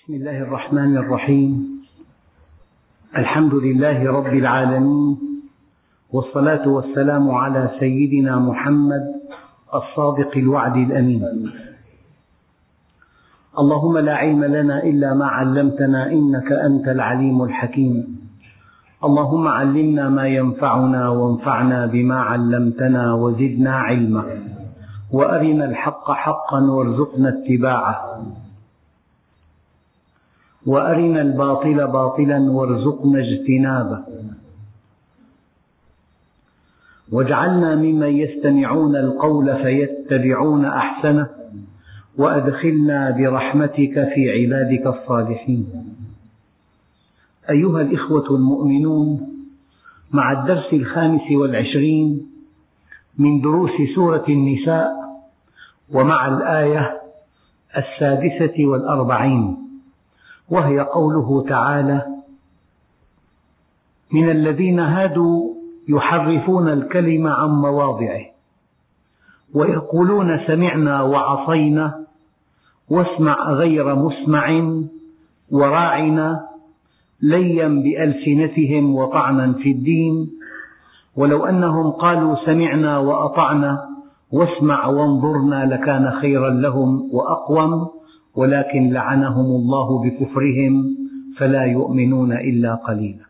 بسم الله الرحمن الرحيم. الحمد لله رب العالمين، والصلاة والسلام على سيدنا محمد الصادق الوعد الأمين. اللهم لا علم لنا إلا ما علمتنا إنك أنت العليم الحكيم. اللهم علمنا ما ينفعنا وانفعنا بما علمتنا وزدنا علما، وأرنا الحق حقا وارزقنا اتباعه، وأرنا الباطل باطلا وارزقنا اجتنابه، واجعلنا ممن يستمعون القول فيتبعون أحسنه، وأدخلنا برحمتك في عبادك الصالحين. أيها الإخوة المؤمنون، مع الدرس 25 من دروس سورة النساء، ومع الآية 46، وهي قوله تعالى: من الذين هادوا يحرفون الكلم عن مواضعه ويقولون سمعنا وعصينا واسمع غير مسمع وراعنا ليا بألسنتهم وطعنا في الدين، ولو أنهم قالوا سمعنا وأطعنا واسمع وانظرنا لكان خيرا لهم وأقوم، ولكن لعنهم الله بكفرهم فلا يؤمنون إلا قليلا.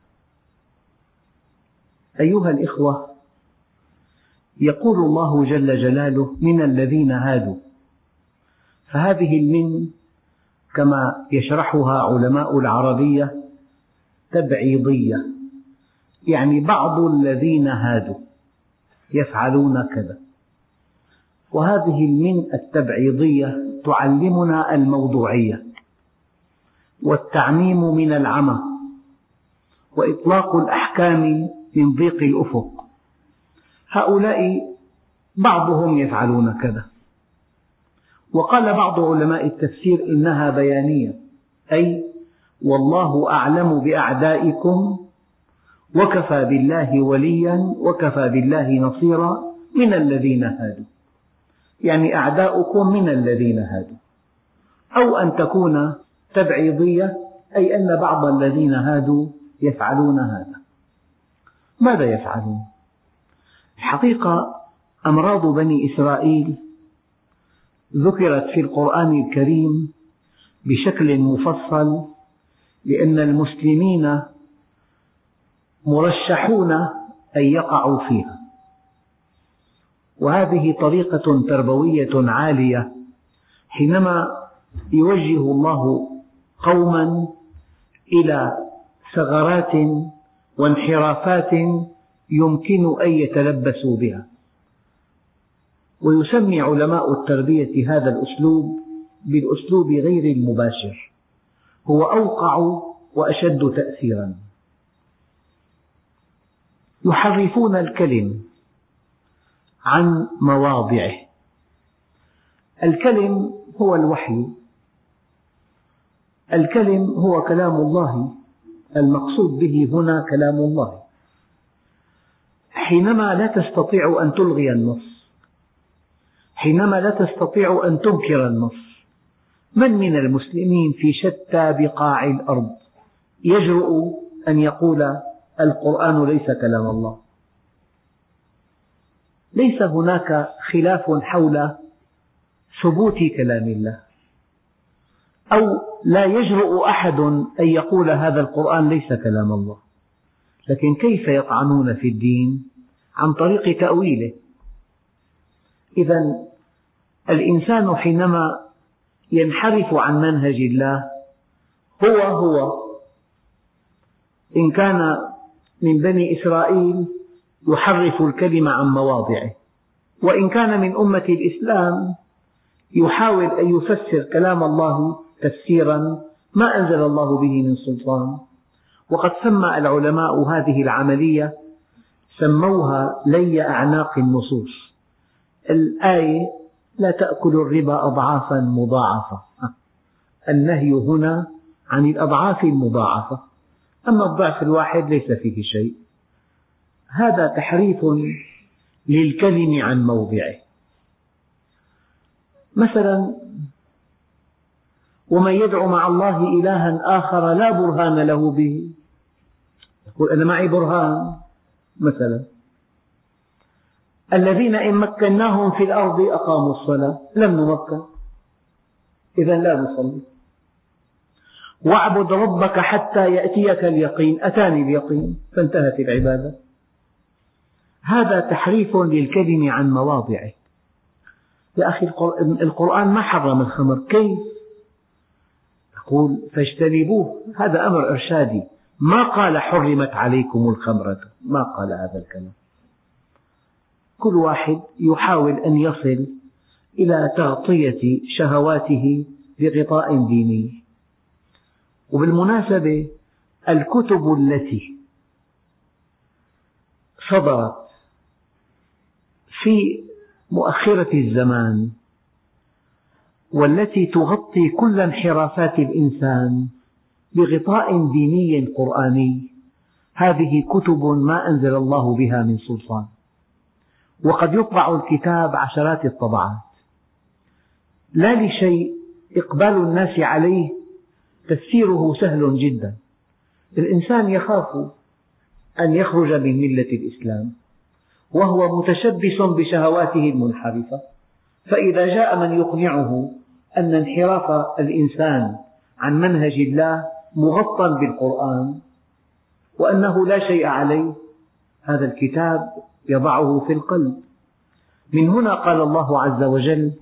أيها الإخوة، يقول الله جل جلاله: من الذين هادوا، فهذه المن كما يشرحها علماء العربية تبعيضية، يعني بعض الذين هادوا يفعلون كذا. وهذه المن التبعيضية تعلمنا الموضوعية، والتعميم من العمى، وإطلاق الأحكام من ضيق الأفق. هؤلاء بعضهم يفعلون كذا. وقال بعض علماء التفسير إنها بيانية، أي والله أعلم بأعدائكم وكفى بالله وليا وكفى بالله نصيرا من الذين هادوا، يعني أعداؤكم من الذين هادوا. أو أن تكون تبعيضية، أي أن بعض الذين هادوا يفعلون هذا. ماذا يفعلون؟ الحقيقة أمراض بني إسرائيل ذكرت في القرآن الكريم بشكل مفصل، لأن المسلمين مرشحون أن يقعوا فيها، وهذه طريقة تربوية عالية. حينما يوجه الله قوما إلى ثغرات وانحرافات يمكن أن يتلبسوا بها، ويسمي علماء التربية هذا الأسلوب بالأسلوب غير المباشر، هو أوقع وأشد تأثيرا. يحرفون الكلم عن مواضعه. الكلم هو الوحي، الكلم هو كلام الله، المقصود به هنا كلام الله. حينما لا تستطيع أن تلغي النص، حينما لا تستطيع أن تنكر النص، من المسلمين في شتى بقاع الأرض يجرؤ أن يقول القرآن ليس كلام الله؟ ليس هناك خلاف حول ثبوت كلام الله، أو لا يجرؤ أحد أن يقول هذا القرآن ليس كلام الله. لكن كيف يطعنون في الدين؟ عن طريق تأويله. إذن الإنسان حينما ينحرف عن منهج الله هو إن كان من بني إسرائيل يحرف الكلم عن مواضعه، وإن كان من أمة الإسلام يحاول أن يفسر كلام الله تفسيرا ما أنزل الله به من سلطان. وقد سمى العلماء هذه العملية، سموها لي أعناق النصوص. الآية لا تأكل الربا أضعافا مضاعفة، النهي هنا عن الأضعاف المضاعفة، أما الضعف الواحد ليس فيه شيء. هذا تحريف للكلم عن موضعه. مثلا ومن يدعو مع الله إلها آخر لا برهان له به، يقول أنا معي برهان. مثلا الذين إن مكناهم في الأرض أقاموا الصلاة، لم نمكن إذا لا نصلي. واعبد ربك حتى يأتيك اليقين، أتاني اليقين فانتهت العبادة. هذا تحريف للكلم عن مواضعه. يا أخي القرآن ما حرم الخمر، كيف؟ يقول فاجتنبوه، هذا أمر إرشادي، ما قال حرمت عليكم الخمرة، ما قال هذا الكلام. كل واحد يحاول أن يصل إلى تغطية شهواته بغطاء ديني. وبالمناسبة الكتب التي صدرت في مؤخرة الزمان والتي تغطي كل انحرافات الإنسان بغطاء ديني قرآني، هذه كتب ما أنزل الله بها من سلطان، وقد يطبع الكتاب عشرات الطبعات، لا لشيء، إقبال الناس عليه تفسيره سهل جدا. الإنسان يخاف أن يخرج من ملة الإسلام وهو متشبث بشهواته المنحرفة، فإذا جاء من يقنعه أن انحراف الإنسان عن منهج الله مغطى بالقرآن وأنه لا شيء عليه، هذا الكتاب يضعه في القلب. من هنا قال الله عز وجل: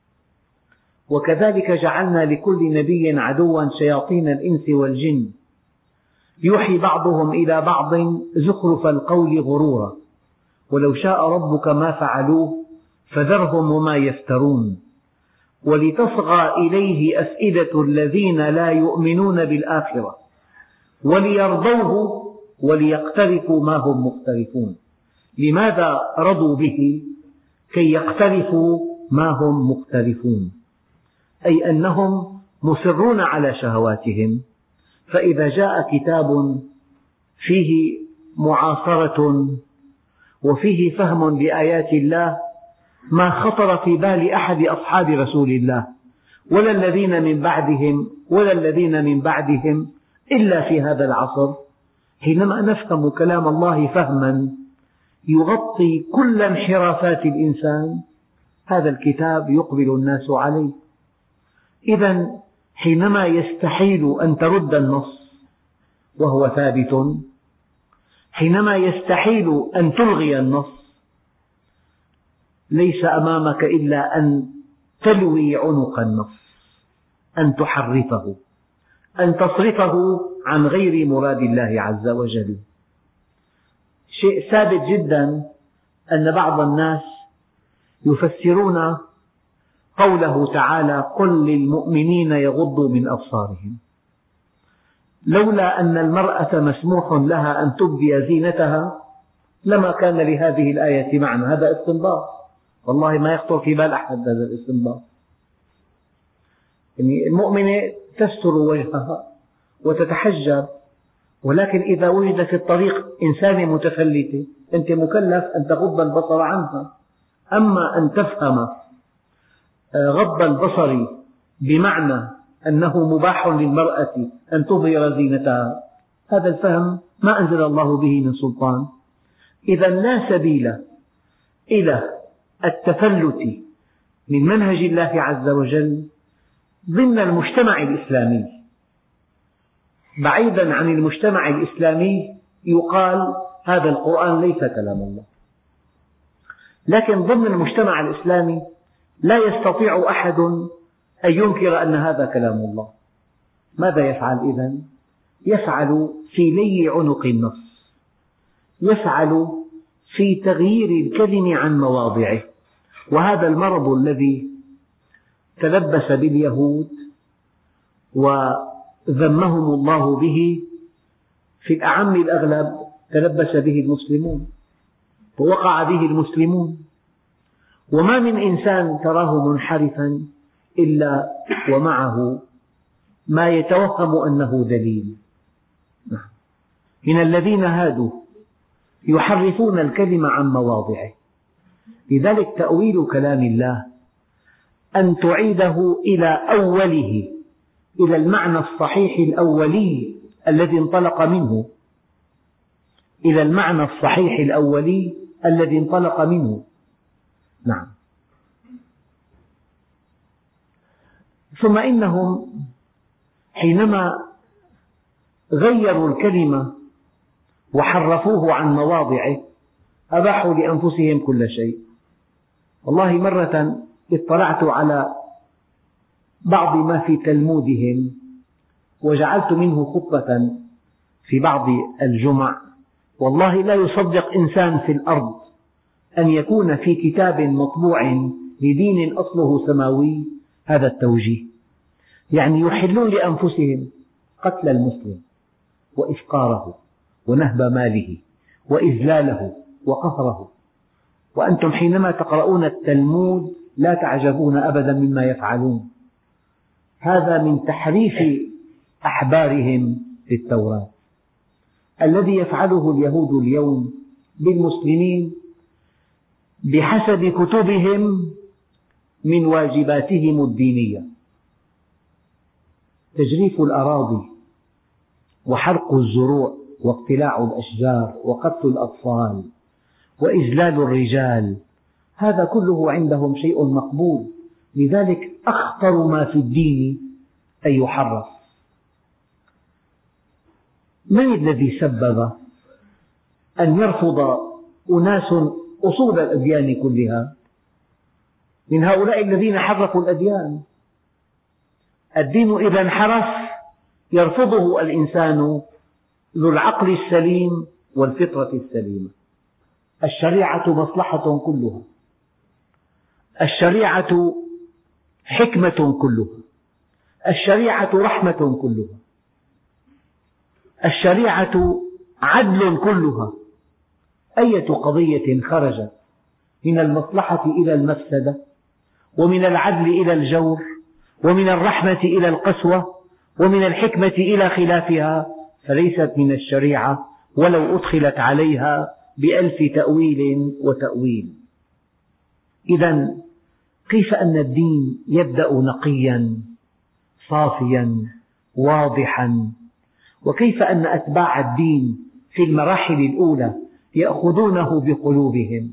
وكذلك جعلنا لكل نبي عدوا شياطين الإنس والجن يوحي بعضهم إلى بعض زخرف القول غرورا ولو شاء ربك ما فعلوه فذرهم وما يفترون ولتصغى إليه أفئدة الذين لا يؤمنون بالآخرة وليرضوه وليقترفوا ما هم مقترفون. لماذا رضوا به؟ كي يقترفوا ما هم مقترفون، أي أنهم مصرون على شهواتهم. فإذا جاء كتاب فيه معاصرة وفيه فهم لآيات الله ما خطر في بال أحد أصحاب رسول الله ولا الذين من بعدهم إلا في هذا العصر، حينما نفهم كلام الله فهما يغطي كل انحرافات الإنسان، هذا الكتاب يقبل الناس عليه. إذا حينما يستحيل أن ترد النص وهو ثابت، حينما يستحيل أن تلغي النص، ليس أمامك إلا أن تلوي عنق النص، أن تحرفه، أن تصرفه عن غير مراد الله عز وجل. شيء ثابت جدا أن بعض الناس يفسرون قوله تعالى: قل للمؤمنين يغضوا من أبصارهم، لولا أن المرأة مسموح لها أن تبدي زينتها لما كان لهذه الآية معنى. هذا استنباط، والله ما يخطر في بال أحد هذا الاستنباط. يعني المؤمنة تستر وجهها وتتحجب، ولكن إذا وجد في الطريق إنسانة متفلتة أنت مكلف أن تغض البصر عنها. أما أن تفهم غض البصر بمعنى أنه مباح للمرأة أن تظهر زينتها، هذا الفهم ما أنزل الله به من سلطان. إذا لا سبيل إلى التفلت من منهج الله عز وجل ضمن المجتمع الإسلامي. بعيدا عن المجتمع الإسلامي يقال هذا القرآن ليس كلام الله، لكن ضمن المجتمع الإسلامي لا يستطيع أحد أن ينكر أن هذا كلام الله. ماذا يفعل إذن؟ يفعل في لي عنق النص، يفعل في تغيير الكلم عن مواضعه. وهذا المرض الذي تلبس باليهود وذمهم الله به في الأعم الأغلب تلبس به المسلمون ووقع به المسلمون. وما من إنسان تراه منحرفا إلا ومعه ما يتوهم أنه دليل. من الذين هادوا يحرفون الكلم عن مواضعه. لذلك تأويل كلام الله أن تعيده إلى أوله إلى المعنى الصحيح الأولي الذي انطلق منه، إلى المعنى الصحيح الأولي الذي انطلق منه. نعم. ثم إنهم حينما غيروا الكلمة وحرفوه عن مواضعه أباحوا لأنفسهم كل شيء. والله مرة اطلعت على بعض ما في تلمودهم وجعلت منه خطبة في بعض الجمع، والله لا يصدق إنسان في الأرض أن يكون في كتاب مطبوع لدين أصله سماوي هذا التوجيه. يعني يحلون لأنفسهم قتل المسلم وإفقاره ونهب ماله وإذلاله وقهره، وأنتم حينما تقرؤون التلمود لا تعجبون أبدا مما يفعلون. هذا من تحريف أحبارهم للتوراة الذي يفعله اليهود اليوم بالمسلمين بحسب كتبهم من واجباتهم الدينية: تجريف الأراضي وحرق الزروع واقتلاع الأشجار وقتل الأطفال وإذلال الرجال، هذا كله عندهم شيء مقبول. لذلك أخطر ما في الدين أن يحرف. من الذي سبب أن يرفض أناس أصول الأديان كلها؟ من هؤلاء الذين حرفوا الأديان. الدين إذا انحرف يرفضه الإنسان ذو العقل السليم والفطرة السليمة. الشريعة مصلحة كلها، الشريعة حكمة كلها، الشريعة رحمة كلها، الشريعة عدل كلها. أية قضية خرجت من المصلحة إلى المفسدة، ومن العدل إلى الجور، ومن الرحمة إلى القسوة، ومن الحكمة إلى خلافها، فليست من الشريعة ولو أدخلت عليها بألف تأويل وتأويل. إذا كيف أن الدين يبدأ نقيا صافيا واضحا، وكيف أن أتباع الدين في المراحل الأولى يأخذونه بقلوبهم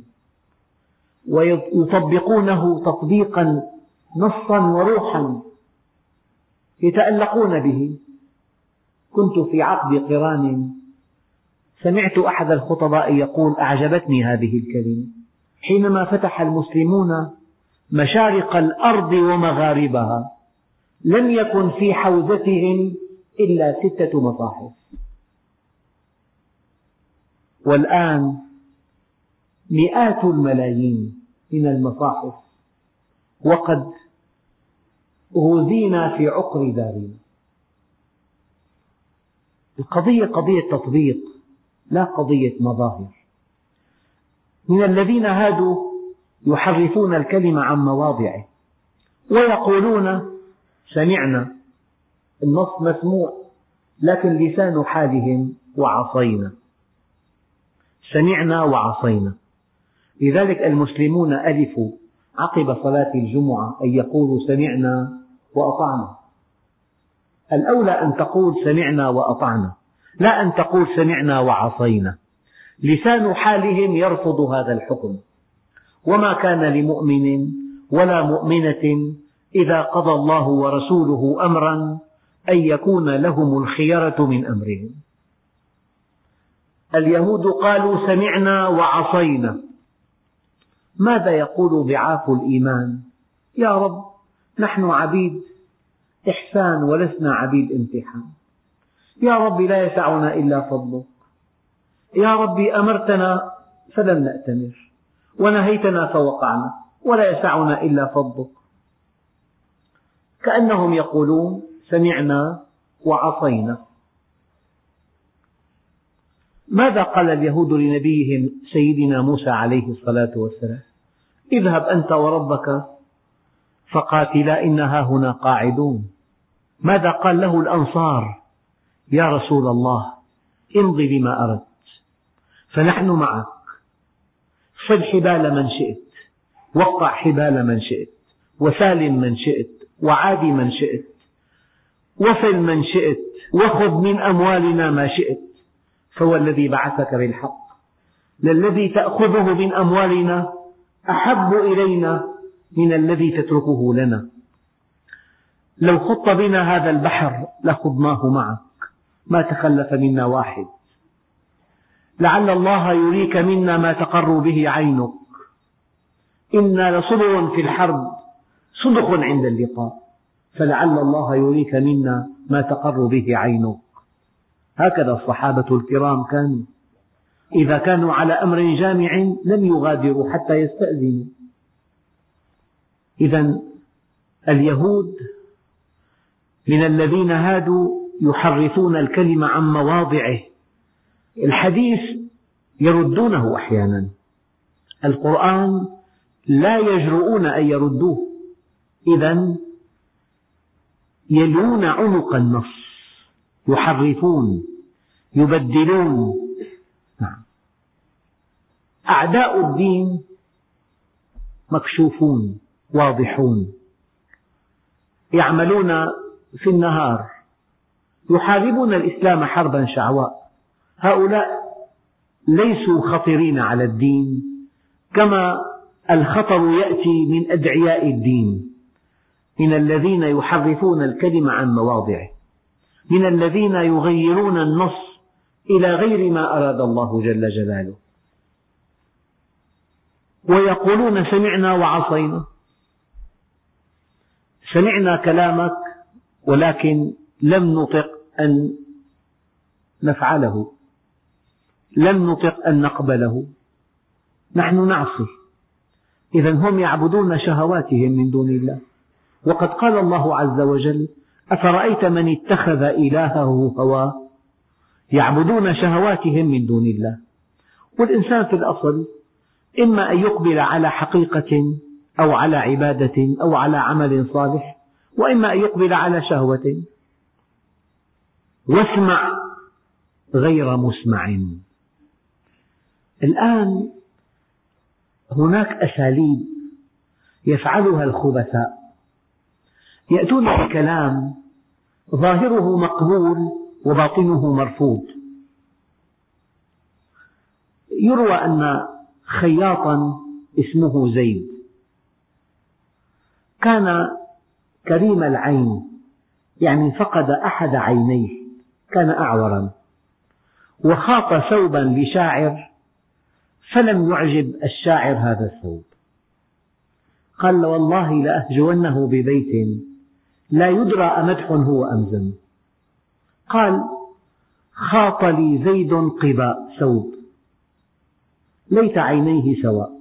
ويطبقونه تطبيقا نصا وروحا يتألقون به. كنت في عقد قران سمعت أحد الخطباء يقول: أعجبتني هذه الكلمة: حينما فتح المسلمون مشارق الأرض ومغاربها لم يكن في حوزتهم إلا 6 مصاحف، والآن مئات الملايين من المصاحف، وقد غزينا في عقر دارنا. القضية قضية تطبيق لا قضية مظاهر. من الذين هادوا يحرفون الكلمة عن مواضعه ويقولون: سمعنا، النص مسموع لكن لسان حالهم وعصينا. سمعنا وعصينا. لذلك المسلمون ألفوا عقب صلاة الجمعة أن يقولوا: سمعنا وأطعنا. الأولى أن تقول: سمعنا وأطعنا، لا أن تقول: سمعنا وعصينا. لسان حالهم يرفض هذا الحكم. وما كان لمؤمن ولا مؤمنة إذا قضى الله ورسوله أمرا أن يكون لهم الخيرة من أمرهم. اليهود قالوا: سمعنا وعصينا. ماذا يقول ضعاف الإيمان؟ يا رب، نحن عبيد إحسان ولسنا عبيد امتحان. يا رب، لا يسعنا إلا فضلك. يا رب، أمرتنا فلم نأتمر، ونهيتنا فوقعنا، ولا يسعنا إلا فضلك. كأنهم يقولون: سمعنا وعصينا. ماذا قال اليهود لنبيهم سيدنا موسى عليه الصلاة والسلام؟ اذهب أنت وربك فقاتلا إنها هنا قاعدون. ماذا قال له الأنصار؟ يا رسول الله، امضي بما أردت فنحن معك، صل حبال من شئت، وقع حبال من شئت، وسالم من شئت، وعادي من شئت، وصل من شئت وخذ من أموالنا ما شئت، فهو الذي بعثك بالحق. للذي تأخذه من أموالنا أحب إلينا من الذي تتركه لنا. لو خضت بنا هذا البحر لخضناه معك، ما تخلف منا واحد. لعل الله يريك منا ما تقر به عينك، إنا لصبر في الحرب صدق عند اللقاء، فلعل الله يريك منا ما تقر به عينك. هكذا الصحابة الكرام كانوا، إذا كانوا على أمر جامع لم يغادروا حتى يستأذنوا. إذن اليهود من الذين هادوا يحرفون الكلم عن مواضعه، الحديث يردونه أحيانا، القرآن لا يجرؤون أن يردوه، إذن يلون عنق النص، يحرفون يبدلون. أعداء الدين مكشوفون واضحون، يعملون في النهار يحاربون الإسلام حربا شعواء. هؤلاء ليسوا خطرين على الدين كما الخطر يأتي من أدعياء الدين، من الذين يحرفون الكلم عن مواضعه، من الذين يغيرون النص إلى غير ما أراد الله جل جلاله، ويقولون سمعنا وعصينا. سمعنا كلامك ولكن لم نطق أن نفعله، لم نطق أن نقبله، نحن نعصي. إذن هم يعبدون شهواتهم من دون الله. وقد قال الله عز وجل: أفرأيت من اتخذ إلهه هواه. يعبدون شهواتهم من دون الله. والإنسان في الأصل إما أن يقبل على حقيقة أو على عبادة أو على عمل صالح، وإما أن يقبل على شهوة. واسمع غير مسمع. الآن هناك أساليب يفعلها الخبثاء، يأتون بكلام ظاهره مقبول وباطنه مرفوض. يروى أن خياطا اسمه زيد كان كريم العين، يعني فقد أحد عينيه، كان أعورا، وخاط ثوبا لشاعر فلم يعجب الشاعر هذا الثوب، قال: والله لأهجونه ببيت لا يدرى أمدح هو أم ذم. قال: خاط لي زيد قباء ثوب ليت عينيه سواء.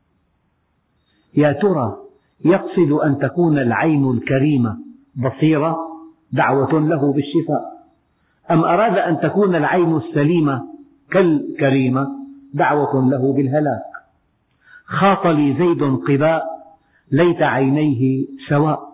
يا ترى يقصد أن تكون العين الكريمة بصيرة دعوة له بالشفاء، أم أراد أن تكون العين السليمة كالكريمة دعوة له بالهلاك؟ خاط لي زيد قباء ليت عينيه سواء.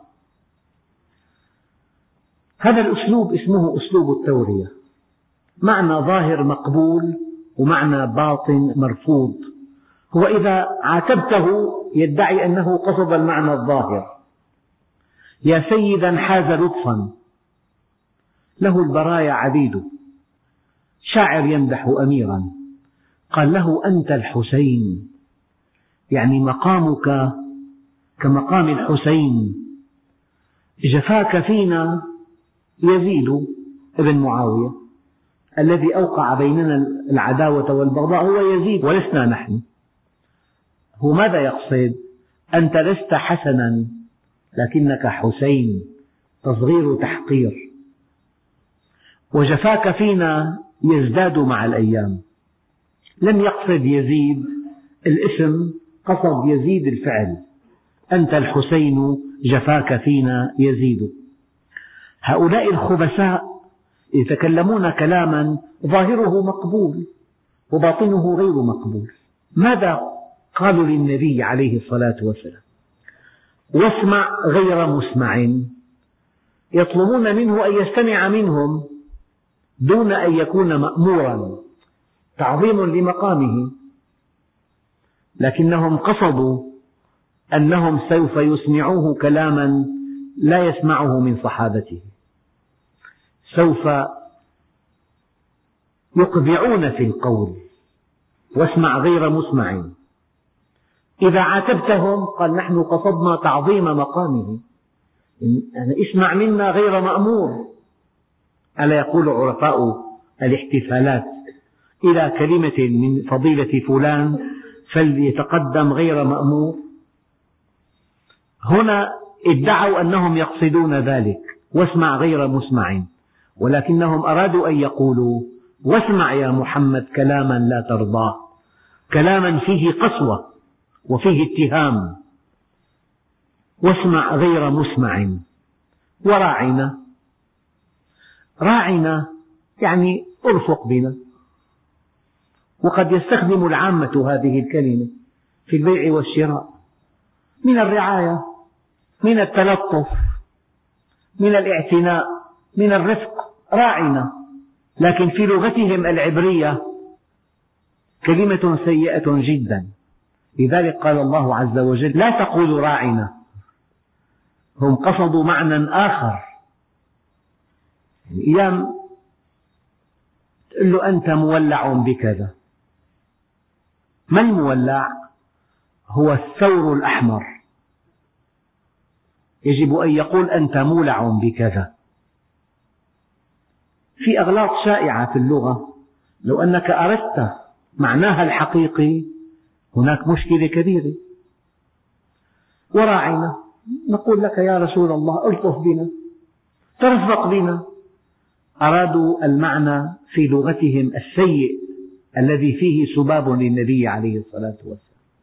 هذا الأسلوب اسمه أسلوب التورية، معنى ظاهر مقبول ومعنى باطن مرفوض. هو إذا عاتبته يدعي أنه قصد المعنى الظاهر. يا سيدا حاز لطفا له البرايا عبيد، شاعر يمدح أميرا، قال له: أنت الحسين، يعني مقامك كمقام الحسين. جفاك فينا يزيد ابن معاوية، الذي أوقع بيننا العداوة والبغضاء هو يزيد ولسنا نحن. هو ماذا يقصد؟ أنت لست حسنا لكنك حسين، تصغير تحقير. وجفاك فينا يزداد مع الأيام. لم يقصد يزيد الاسم، قصد يزيد الفعل. أنت الحسين جفاك فينا يزيد. هؤلاء الخبثاء يتكلمون كلاما ظاهره مقبول وباطنه غير مقبول. ماذا قالوا للنبي عليه الصلاة والسلام؟ واسمع غير مسمع. يطلبون منه أن يستمع منهم دون أن يكون مأمورا، تعظيم لمقامه، لكنهم قصدوا أنهم سوف يسمعوه كلاما لا يسمعه من صحابته. سوف يقبعون في القول واسمع غير مسمع. إذا عاتبتهم قال نحن قصدنا تعظيم مقامه، يعني اسمع منا غير مأمور. ألا يقول عرفاء الاحتفالات إلى كلمة من فضيلة فلان فليتقدم غير مأمور؟ هنا ادعوا أنهم يقصدون ذلك، واسمع غير مسمع، ولكنهم أرادوا أن يقولوا واسمع يا محمد كلاما لا ترضاه، كلاما فيه قسوة وفيه اتهام. واسمع غير مسمع وراعنا. راعنا يعني ارفق بنا. وقد يستخدم العامة هذه الكلمة في البيع والشراء، من الرعاية، من التلطف، من الاعتناء، من الرفق، راعنا. لكن في لغتهم العبرية كلمة سيئة جدا. لذلك قال الله عز وجل لا تقولوا راعنا. هم قصدوا معنى آخر. أيام تقول له أنت مولع بكذا. ما المولع؟ هو الثور الأحمر. يجب أن يقول أنت مولع بكذا. في أغلاط شائعة في اللغة لو أنك أردت معناها الحقيقي هناك مشكلة كبيرة. وراعنا، نقول لك يا رسول الله ألطف بنا، ترفق بنا. أرادوا المعنى في لغتهم السيء الذي فيه سباب للنبي عليه الصلاة والسلام.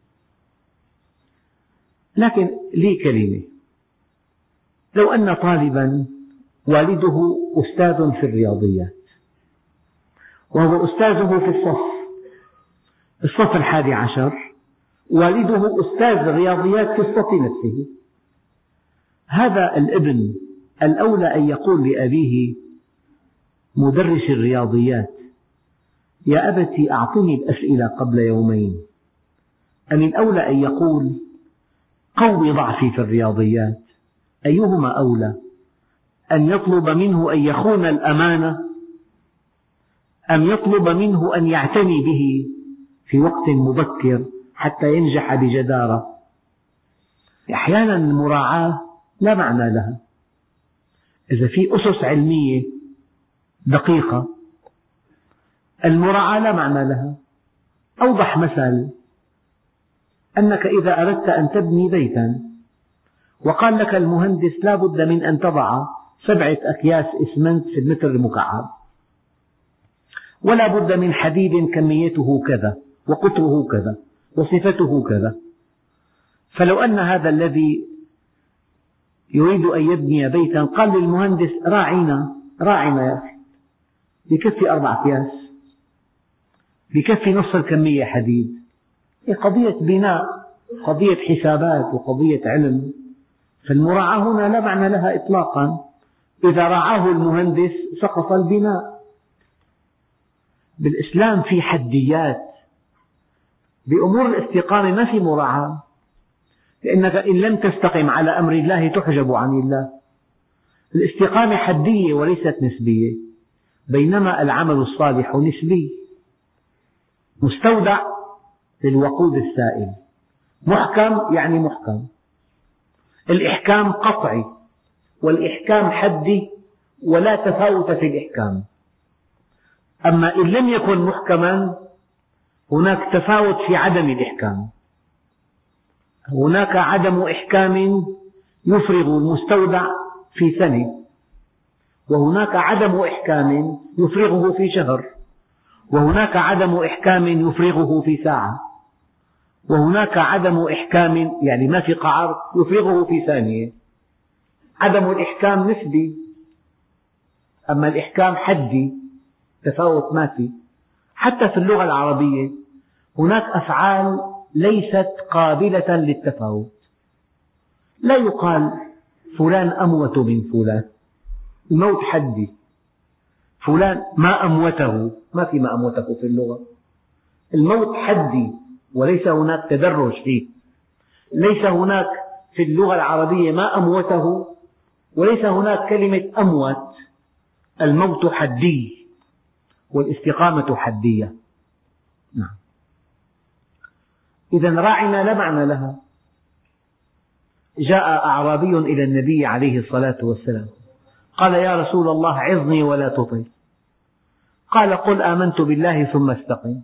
لكن لي كلمة، لو أن طالبا والده أستاذ في الرياضيات وهو أستاذه في الصف 11، والده أستاذ الرياضيات في الصف نفسه، هذا الابن الأولى أن يقول لأبيه مدرس الرياضيات يا أبت أعطني الأسئلة قبل يومين، أم الأولى أن يقول قوي ضعفي في الرياضيات؟ أيهما أولى، أن يطلب منه أن يخون الأمانة أم يطلب منه أن يعتني به في وقت مبكر حتى ينجح بجدارة؟ أحيانا المراعاة لا معنى لها. إذا في أسس علمية دقيقة المراعاة لا معنى لها. أوضح مثل أنك إذا أردت أن تبني بيتا وقال لك المهندس لا بد من أن تضع 7 أكياس إسمنت في المتر المكعب، ولا بد من حديد كميته كذا وقطره كذا وصفته كذا. فلو أن هذا الذي يريد أن يبني بيتا قال للمهندس راعنا يا أخي، بكفي 4 أكياس، بكفي نصف الكمية حديد. قضية بناء، قضية حسابات وقضية علم. فالمراعاة هنا لا معنى لها إطلاقا. إذا رعاه المهندس سقط البناء. بالإسلام في حديات، بأمور الاستقامة ما في مراعاة، لأنك إن لم تستقم على أمر الله تحجب عن الله. الاستقامة حدية وليست نسبية، بينما العمل الصالح نسبي. مستودع للوقود السائل، محكم يعني محكم. الإحكام قطعي والإحكام حدي ولا تفاوت في الإحكام. أما إن لم يكن محكما هناك تفاوت في عدم الإحكام. هناك عدم إحكام يفرغ المستودع في سنة، وهناك عدم إحكام يفرغه في شهر، وهناك عدم إحكام يفرغه في ساعة، وهناك عدم إحكام يعني ما في قعر يفرغه في ثانية. عدم الإحكام نسبي، أما الإحكام حدي، تفاوت ما في. حتى في اللغة العربية هناك أفعال ليست قابلة للتفاوت. لا يقال فلان أموت من فلان، الموت حدي. فلان ما أموته، ما في ما أموته في اللغة. الموت حدي وليس هناك تدرج فيه. ليس هناك في اللغة العربية ما أموته، وليس هناك كلمة أموت. الموت حدي والاستقامة حدية. نعم. إذا راعنا لا معنى لها. جاء أعرابي إلى النبي عليه الصلاة والسلام قال: يا رسول الله عظني ولا تطل. قال: قل آمنت بالله ثم استقم.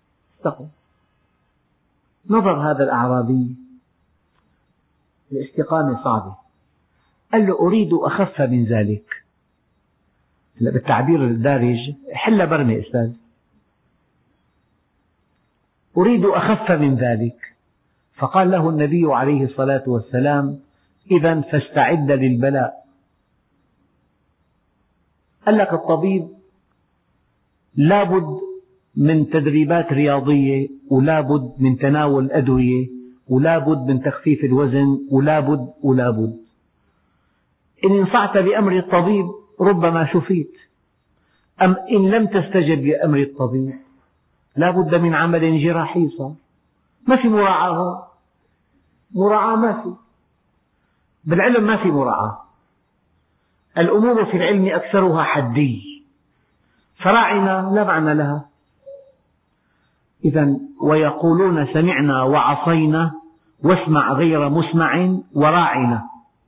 نظر هذا الأعرابي، الاستقامة صعبة، قال له: أريد أخف من ذلك. بالتعبير الدارج: حل برمي أستاذ، أريد أخف من ذلك. فقال له النبي عليه الصلاة والسلام: إذا فاستعد للبلاء. قال لك الطبيب لا بد من تدريبات رياضية، ولا بد من تناول أدوية، ولا بد من تخفيف الوزن، ولا بد. إن انصعت بأمر الطبيب ربما شفيت، أم إن لم تستجب لأمر الطبيب لا بد من عمل جراحي. صار ما في مراعاة، ما في بالعلم، ما في مراعاة. الأمور في العلم أكثرها حدي، فراعنا لا معنى لها. إذا ويقولون سمعنا وعصينا واسمع غير مسمع وراعنا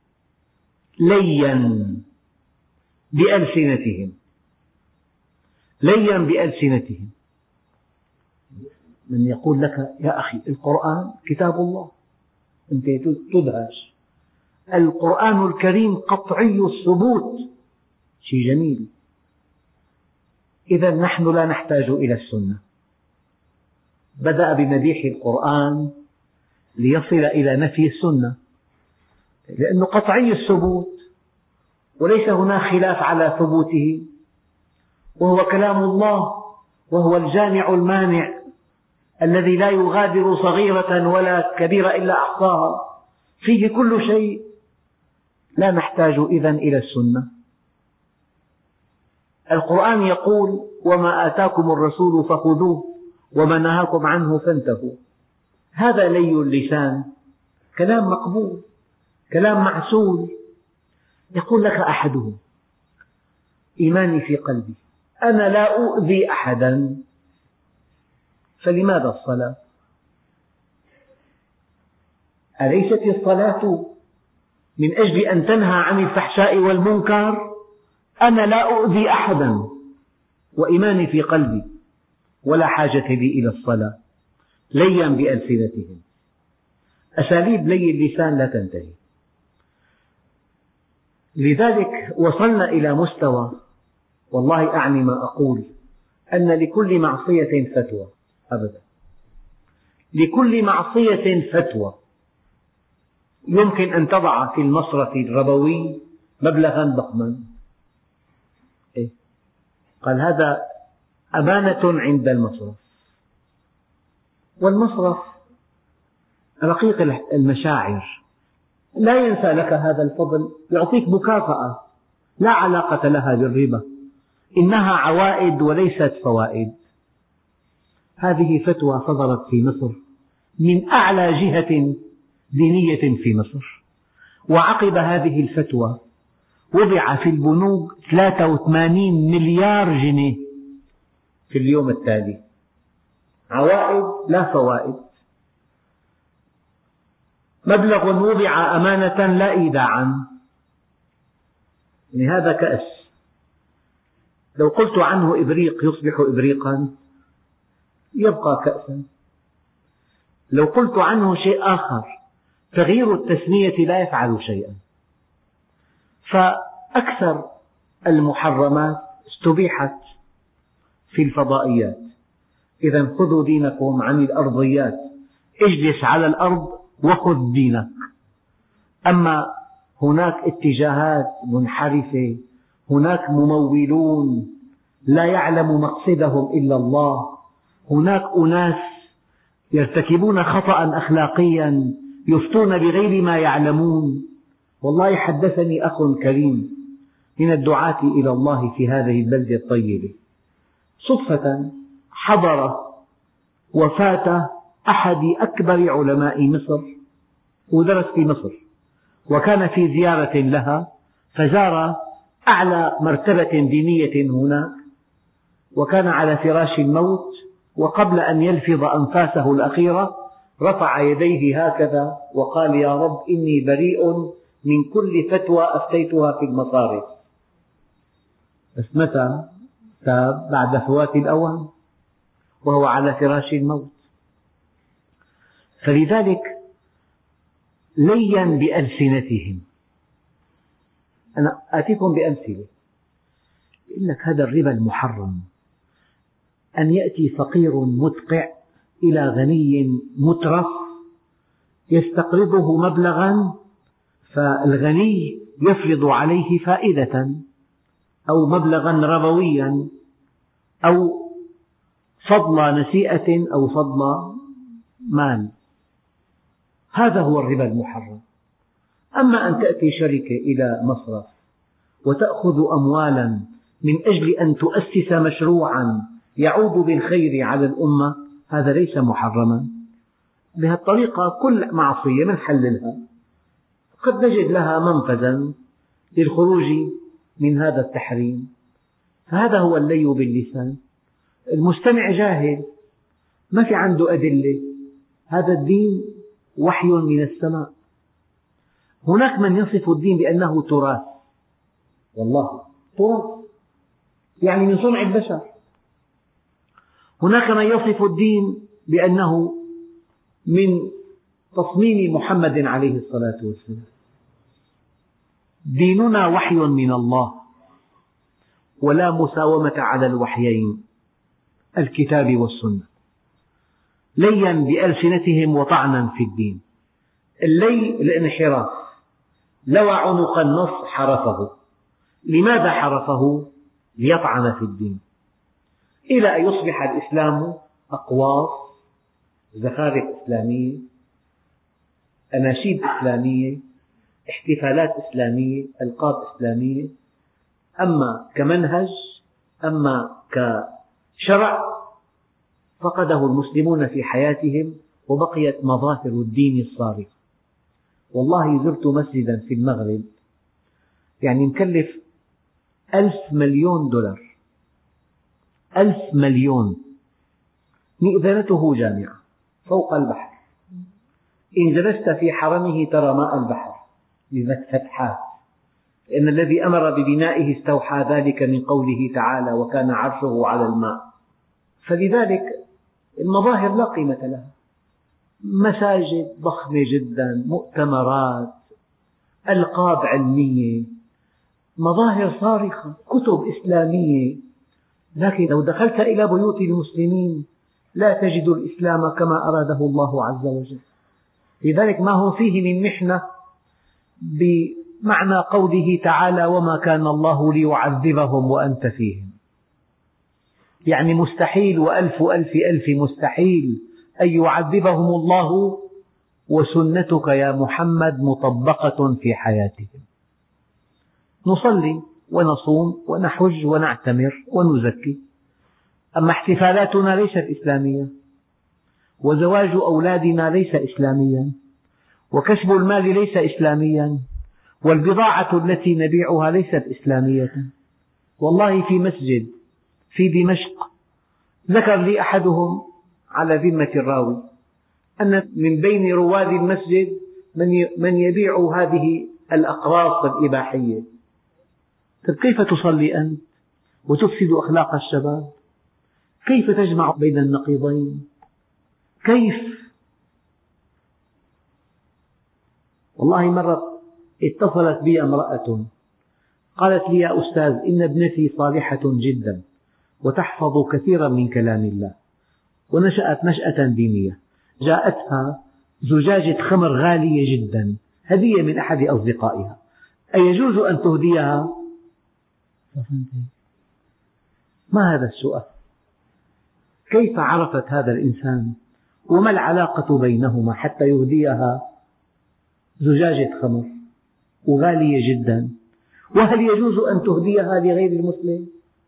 ليا بألسنتهم. من يقول لك: يا أخي القرآن كتاب الله، أنت تدهش. القرآن الكريم قطعي الثبوت، شيء جميل. إذا نحن لا نحتاج إلى السنة. بدأ بمديح القرآن ليصل إلى نفي السنة، لأنه قطعي الثبوت وليس هناك خلاف على ثبوته، وهو كلام الله، وهو الجامع المانع الذي لا يغادر صغيرة ولا كبيرة إلا أحصاها، فيه كل شيء. لا نحتاج إذن إلى السنة. القرآن يقول: وما آتاكم الرسول فخذوه وما نهاكم عنه فانتهوا. هذا لي اللسان، كلام مقبول، كلام معسول. يقول لك أحدهم: إيماني في قلبي، أنا لا أؤذي أحدا، فلماذا الصلاة؟ أليست الصلاة من أجل أن تنهى عن الفحشاء والمنكر؟ أنا لا أؤذي أحدا وإيماني في قلبي، ولا حاجة لي إلى الصلاة. ليا بألسنتهم. أساليب لي اللسان لا تنتهي. لذلك وصلنا إلى مستوى، والله أعني ما أقول، أن لكل معصية فتوى. أبدا، لكل معصية فتوى. يمكن أن تضع في المصرف الربوي مبلغا ضخما، قال هذا أمانة عند المصرف، والمصرف رقيق المشاعر، لا ينسى لك هذا الفضل، يعطيك مكافأة لا علاقة لها بالربا، إنها عوائد وليست فوائد. هذه فتوى صدرت في مصر من أعلى جهة دينية في مصر، وعقب هذه الفتوى وضع في البنوك 83 مليار جنيه في اليوم التالي، عوائد لا فوائد. مبلغ وضع أمانة لا إيداعا. يعني هذا كأس، لو قلت عنه إبريق يصبح إبريقا، يبقى كأسا. لو قلت عنه شيء آخر، تغيير التسمية لا يفعل شيئا. فأكثر المحرمات استبيحت في الفضائيات. إذا خذوا دينكم عن الأرضيات، اجلس على الأرض وخذ دينك. أما هناك اتجاهات منحرفة، هناك ممولون لا يعلم مقصدهم إلا الله، هناك أناس يرتكبون خطأ أخلاقيا يفتون بغير ما يعلمون. والله حدثني أخ كريم من الدعاة إلى الله في هذه البلدة الطيبة، صدفة حضر وفاة أحد أكبر علماء مصر، ودرس في مصر، وكان في زيارة لها، فزار أعلى مرتبة دينية هناك، وكان على فراش الموت، وقبل أن يلفظ أنفاسه الأخيرة رفع يديه هكذا وقال: يا رب إني بريء من كل فتوى أفتيتها في المصارف. بس متى تاب؟ بعد فوات الأوان وهو على فراش الموت. فلذلك لين بألسنتهم. أنا آتيكم بأمثلة. يقول لك هذا الربا المحرم، أن يأتي فقير مدقع إلى غني مترف يستقرضه مبلغا، فالغني يفرض عليه فائدة أو مبلغا ربويا أو فضل نسيئة أو فضل مال. هذا هو الربا المحرم. أما أن تأتي شركة إلى مصرف وتأخذ أموالا من أجل أن تؤسس مشروعا يعود بالخير على الأمة، هذا ليس محرما. بهذه الطريقة كل معصية منحللها، قد نجد لها منفذا للخروج من هذا التحريم. فهذا هو اللي باللسان. المستمع جاهل، ما في عنده أدلة. هذا الدين وحي من السماء. هناك من يصف الدين بأنه تراث، والله تراث يعني من صنع البشر. هناك من يصف الدين بأنه من تصميم محمد عليه الصلاة والسلام. ديننا وحي من الله، ولا مساومة على الوحيين الكتاب والسنة. ليا بألسنتهم وطعنا في الدين. اللي الانحراف، لوى عنق النص حرفه. لماذا حرفه؟ ليطعن في الدين، إلى أن يصبح الإسلام أقواس، زخارف إسلامية، أناشيد إسلامية، احتفالات إسلامية، ألقاب إسلامية. أما كمنهج، أما كشرع، فقده المسلمون في حياتهم، وبقيت مظاهر الدين الصارخة. والله زرت مسجدا في المغرب يعني مكلف 1000 مليون دولار، 1000 مليون، مئذنته جامعة فوق البحر. إن جلست في حرمه ترى ماء البحر بفتحات، لأن الذي أمر ببنائه استوحى ذلك من قوله تعالى: وكان عرشه على الماء. فلذلك المظاهر لا قيمة لها. مساجد ضخمة جدا، مؤتمرات، ألقاب علمية، مظاهر صارخة، كتب إسلامية. لكن لو دخلت إلى بيوت المسلمين لا تجد الإسلام كما أراده الله عز وجل. لذلك ما هم فيه من محنة بمعنى قوله تعالى: وما كان الله ليعذبهم وأنت فيهم. يعني مستحيل، وألف ألف ألف مستحيل أن يعذبهم الله وسنتك يا محمد مطبقة في حياتهم. نصلي ونصوم ونحج ونعتمر ونزكي، أما احتفالاتنا ليست إسلامية، وزواج أولادنا ليس إسلاميا، وكسب المال ليس إسلاميا، والبضاعة التي نبيعها ليست إسلامية. والله في مسجد في دمشق ذكر لي أحدهم على ذمة الراوي أن من بين رواد المسجد من يبيع هذه الأقراص الإباحية. طيب كيف تصلي أنت وتفسد أخلاق الشباب؟ كيف تجمع بين النقيضين؟ كيف؟ والله مرة اتصلت بي امرأة قالت لي: يا أستاذ، إن ابنتي صالحة جدا وتحفظ كثيرا من كلام الله، ونشأت نشأة دينية. جاءتها زجاجة خمر غالية جدا هدية من أحد أصدقائها، أيجوز أن تهديها؟ ما هذا السؤال؟ كيف عرفت هذا الإنسان؟ وما العلاقة بينهما حتى يهديها زجاجة خمر وغالية جدا؟ وهل يجوز أن تهديها لغير المسلم؟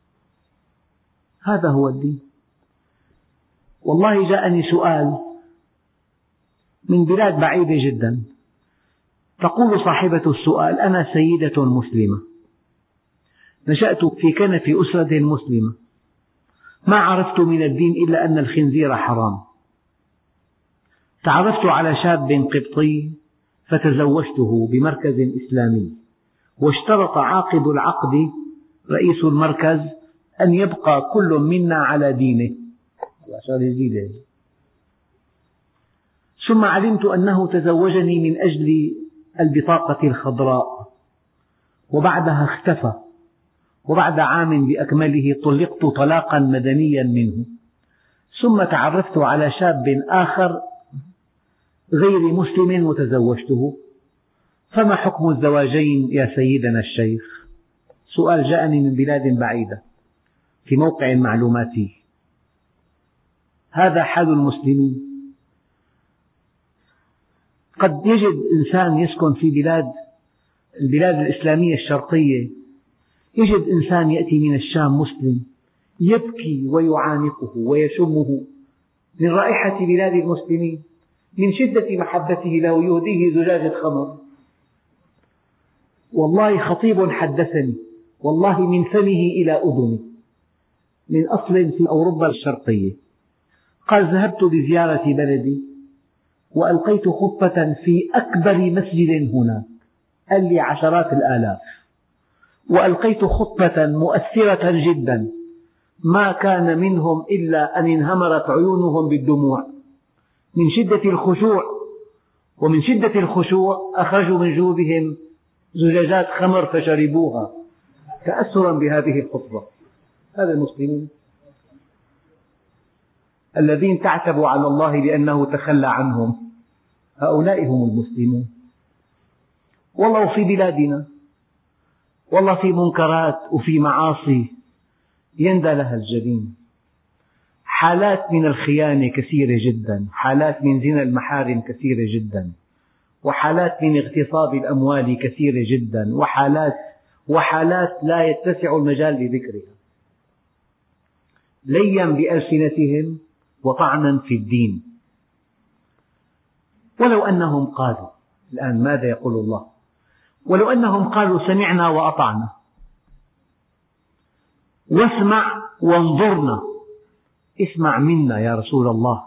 هذا هو الدين. والله جاءني سؤال من بلاد بعيدة جدا، تقول صاحبة السؤال: أنا سيدة مسلمة نشأت في كنف أسرة مسلمة، ما عرفت من الدين إلا أن الخنزير حرام. تعرفت على شاب قبطي فتزوجته بمركز إسلامي، واشترط عاقد العقد رئيس المركز أن يبقى كل منا على دينه. ثم علمت أنه تزوجني من أجل البطاقة الخضراء، وبعدها اختفى، وبعد عام بأكمله طلقت طلاقا مدنيا منه. ثم تعرفت على شاب آخر غير مسلم وتزوجته. فما حكم الزواجين يا سيدنا الشيخ؟ سؤال جاءني من بلاد بعيدة في موقع معلوماتي. هذا حال المسلمين. قد يجد إنسان يسكن في البلاد الإسلامية الشرقية، يجد إنسان يأتي من الشام مسلم يبكي ويعانقه ويشمه من رائحة بلاد المسلمين، من شدة محبته له يهديه زجاجة خمر. والله خطيب حدثني، والله من فمه إلى أذني، من أصل في أوروبا الشرقية، قال: ذهبت بزيارة بلدي وألقيت خطبة في أكبر مسجد هناك، قال لي عشرات الآلاف، وألقيت خطبة مؤثرة جدا، ما كان منهم إلا أن انهمرت عيونهم بالدموع من شدة الخشوع، ومن شدة الخشوع أخرجوا من جيوبهم زجاجات خمر فشربوها تأثرا بهذه الخطبة. هذا المسلمين الذين تعتبوا على الله لأنه تخلى عنهم، هؤلاء هم المسلمون. والله في بلادنا والله في منكرات وفي معاصي يندى لها الجبين، حالات من الخيانة كثيرة جدا، حالات من زنا المحارم كثيرة جدا، وحالات من اغتصاب الأموال كثيرة جدا، وحالات لا يتسع المجال لذكرها، ليا بألسنتهم وطعنا في الدين. ولو أنهم قالوا، الآن ماذا يقول الله؟ ولو أنهم قالوا: سمعنا وأطعنا واسمع وانظرنا. اسمع منا يا رسول الله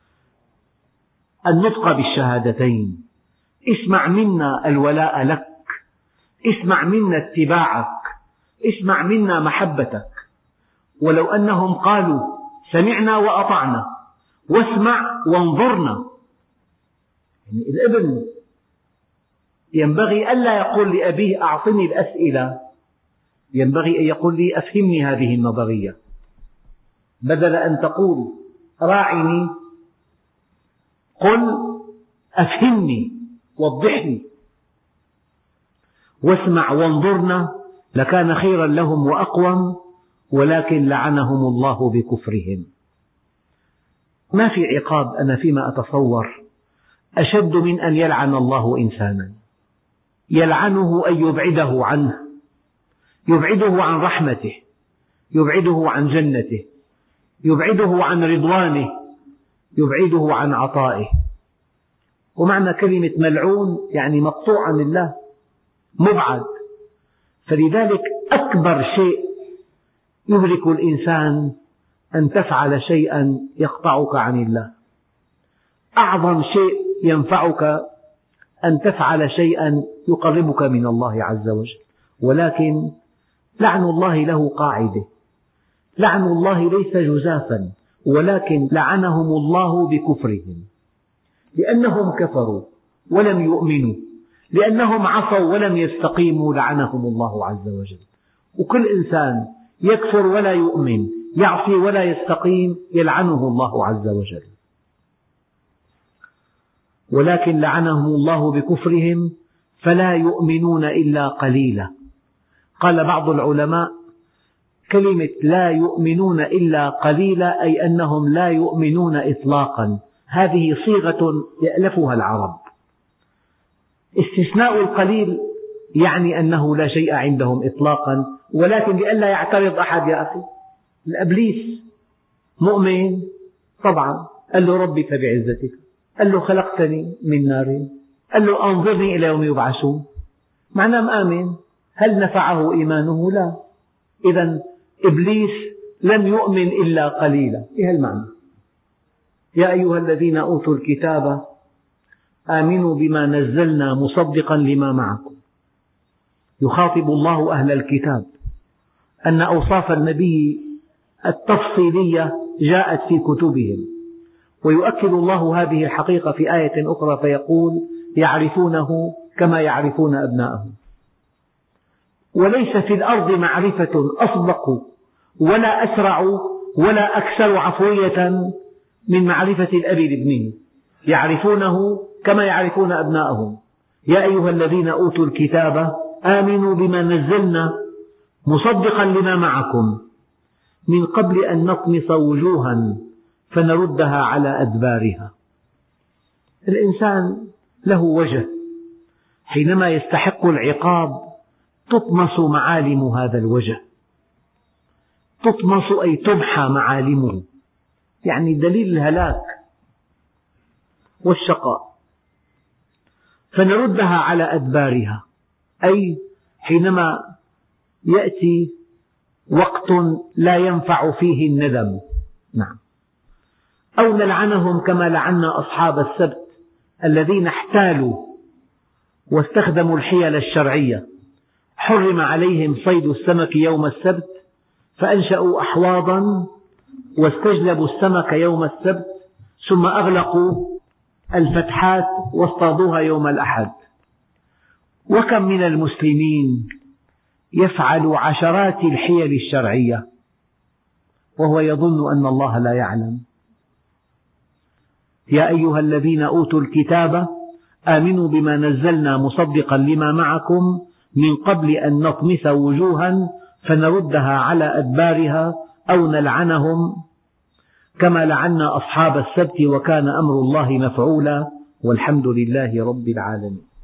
النطق بالشهادتين، اسمع منا الولاء لك، اسمع منا اتباعك، اسمع منا محبتك. ولو أنهم قالوا: سمعنا وأطعنا واسمع وانظرنا. يعني الابن ينبغي ألا يقول لأبيه: أعطني الأسئلة، ينبغي أن يقول لي: أفهمني هذه النظرية، بدل أن تقول: راعني، قل: أفهمني، وضحني. واسمع وانظرنا لكان خيرا لهم وأقوم، ولكن لعنهم الله بكفرهم. ما في عقاب أنا فيما أتصور أشد من أن يلعن الله إنسانا، يلعنه أن يبعده عنه، يبعده عن رحمته، يبعده عن جنته، يبعده عن رضوانه، يبعده عن عطائه. ومعنى كلمة ملعون يعني مقطوع عن الله، مبعد. فلذلك أكبر شيء يهلك الإنسان أن تفعل شيئا يقطعك عن الله، أعظم شيء ينفعك أن تفعل شيئا يقربك من الله عز وجل. ولكن لعن الله له قاعدة، لعن الله ليس جزافا، ولكن لعنهم الله بكفرهم، لأنهم كفروا ولم يؤمنوا، لأنهم عصوا ولم يستقيموا، لعنهم الله عز وجل. وكل إنسان يكفر ولا يؤمن، يعصي ولا يستقيم، يلعنه الله عز وجل. ولكن لعنهم الله بكفرهم فلا يؤمنون إلا قليلا. قال بعض العلماء: كلمة لا يؤمنون إلا قليلا أي أنهم لا يؤمنون إطلاقا، هذه صيغة يألفها العرب. استثناء القليل يعني أنه لا شيء عندهم إطلاقا، ولكن لئلا يعترض أحد: يا أخي الإبليس مؤمن طبعا، قال له: ربي فبعزتك، قال له: خلقتني من نار، قال له: أنظرني إلى يوم يبعثون. معناه مآمن. هل نفعه إيمانه؟ لا. إذا إبليس لم يؤمن إلا قليلا. إيه المعنى؟ يا أيها الذين أوتوا الكتاب آمنوا بما نزلنا مصدقا لما معكم. يخاطب الله أهل الكتاب أن أوصاف النبي التفصيلية جاءت في كتبهم، ويؤكد الله هذه الحقيقة في آية أخرى فيقول يعرفونه كما يعرفون أبناءهم. وليس في الأرض معرفة أصدق ولا أسرع ولا أكثر عفوية من معرفة الأب لابنه، يعرفونه كما يعرفون أبناءهم. يا أيها الذين أوتوا الكتاب آمنوا بما نزلنا مصدقا لما معكم من قبل أن نطمس وجوها فنردها على أدبارها. الإنسان له وجه، حينما يستحق العقاب تطمس معالم هذا الوجه، تطمس أي تمحى معالمه، يعني دليل الهلاك والشقاء. فنردها على أدبارها، أي حينما يأتي وقت لا ينفع فيه الندم. نعم. أو نلعنهم كما لعنا أصحاب السبت الذين احتالوا واستخدموا الحيل الشرعية. حرم عليهم صيد السمك يوم السبت فأنشأوا أحواضا واستجلبوا السمك يوم السبت ثم أغلقوا الفتحات واصطادوها يوم الأحد. وكم من المسلمين يفعل عشرات الحيل الشرعية وهو يظن أن الله لا يعلم. يا أيها الذين أوتوا الكتاب آمنوا بما نزلنا مصدقا لما معكم من قبل أن نطمس وجوها فنردها على أدبارها أو نلعنهم كما لعنا أصحاب السبت وكان أمر الله مفعولا والحمد لله رب العالمين.